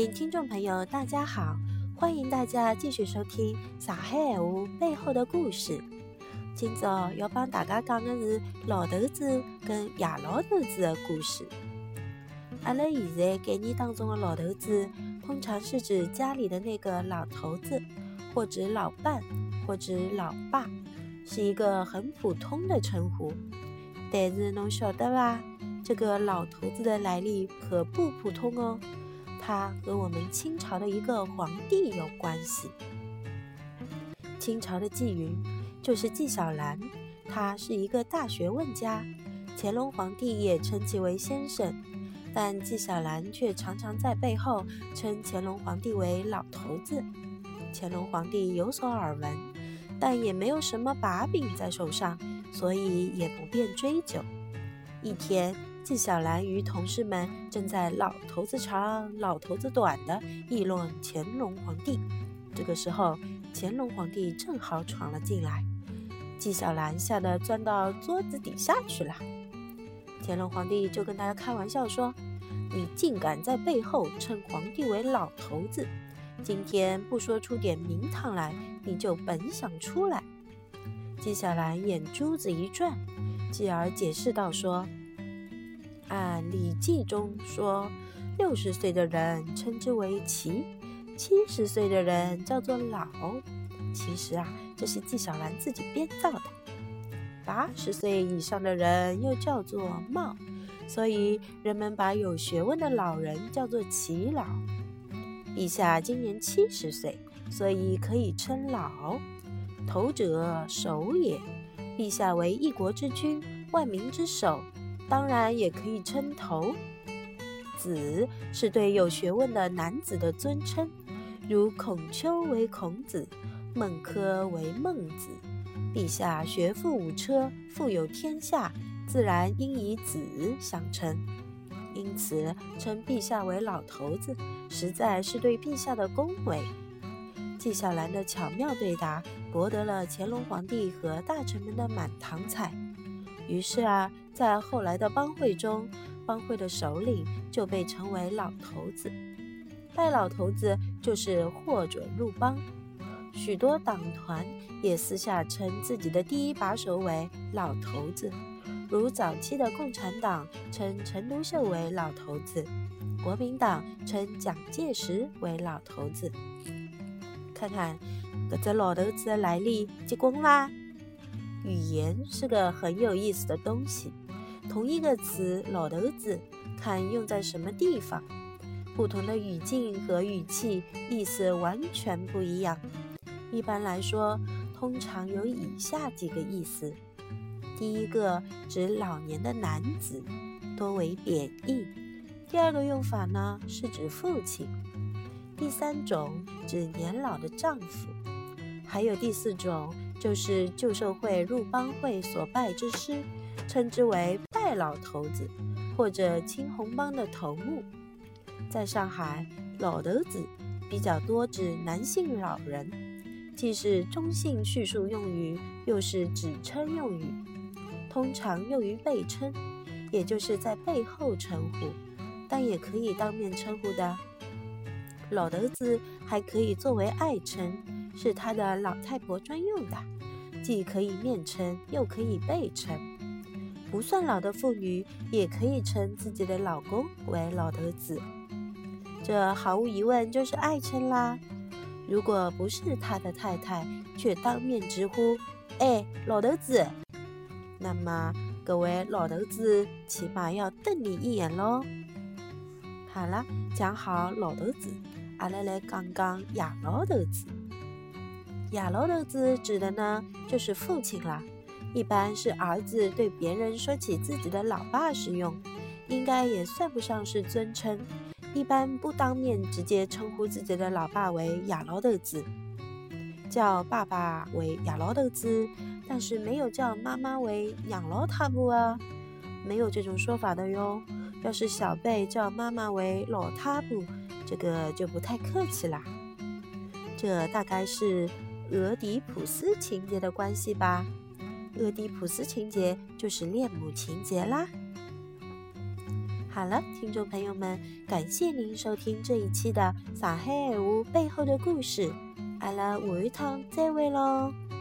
位听众朋友大家好，欢迎大家继续收听上海闲话背后的故事。今朝要帮大家讲的是老头子跟野老头子的故事。阿拉现在概念当中的老头子通常是指家里的那个老头子，或者老伴，或者老爸，是一个很普通的称呼。但是侬晓得吧，这个老头子的来历可不普通哦，他和我们清朝的一个皇帝有关系。清朝的纪云就是纪晓岚，他是一个大学问家，乾隆皇帝也称其为先生，但纪晓岚却常常在背后称乾隆皇帝为老头子。乾隆皇帝有所耳闻，但也没有什么把柄在手上，所以也不便追究。一天，纪晓岚与同事们正在老头子长老头子短的议论乾隆皇帝。这个时候，乾隆皇帝正好闯了进来，纪晓岚吓得钻到桌子底下去了。乾隆皇帝就跟他开玩笑说，你竟敢在背后称皇帝为老头子，今天不说出点名堂来，你就本想出来。纪晓岚眼珠子一转，继而解释道说，按《礼记》中说，60岁的人称之为奇，70岁的人叫做老。其实这是纪晓岚自己编造的。80岁以上的人又叫做茂，所以人们把有学问的老人叫做耆老。陛下今年70岁，所以可以称老。头者首也，陛下为一国之君，万民之首，当然也可以称头。子是对有学问的男子的尊称，如孔丘为孔子，孟轲为孟子。陛下学富五车，富有天下，自然应以子相称。因此称陛下为老头子，实在是对陛下的恭维。纪晓岚的巧妙对答博得了乾隆皇帝和大臣们的满堂彩。于是在后来的帮会中，帮会的首领就被称为老头子。拜老头子就是获准入帮。许多党团也私下称自己的第一把手为老头子，如早期的共产党称陈独秀为老头子，国民党称蒋介石为老头子。看看这只老头子的来历，结棍啦！语言是个很有意思的东西，同一个词老头子，看用在什么地方，不同的语境和语气意思完全不一样。一般来说，通常有以下几个意思。第一个指老年的男子，多为贬义。第二个用法呢，是指父亲。第三种指年老的丈夫。还有第四种，就是旧社会入帮会所拜之师，称之为拜老头子，或者青红帮的头目。在上海，老头子比较多指男性老人，既是中性叙述用语，又是指称用语，通常用于背称，也就是在背后称呼，但也可以当面称呼的。老头子还可以作为爱称，是他的老太婆专用的，既可以面称，又可以背称。不算老的妇女也可以称自己的老公为老头子，这毫无疑问就是爱称啦。如果不是他的太太，却当面直呼老头子，那么各位老头子起码要瞪你一眼咯。好了，讲好老头子，阿拉来讲讲野老头子。野老头子指的呢，就是父亲啦，一般是儿子对别人说起自己的老爸时用，应该也算不上是尊称，一般不当面直接称呼自己的老爸为野老头子，叫爸爸为野老头子，但是没有叫妈妈为娘老太婆没有这种说法的哟。要是小辈叫妈妈为老太婆，这个就不太客气啦。这大概是俄狄浦斯情节的关系吧。俄狄浦斯情节就是恋母情节啦。 好了，听众朋友们，感谢您收听这一期的上海闲话背后的故事，阿拉下一趟再会喽。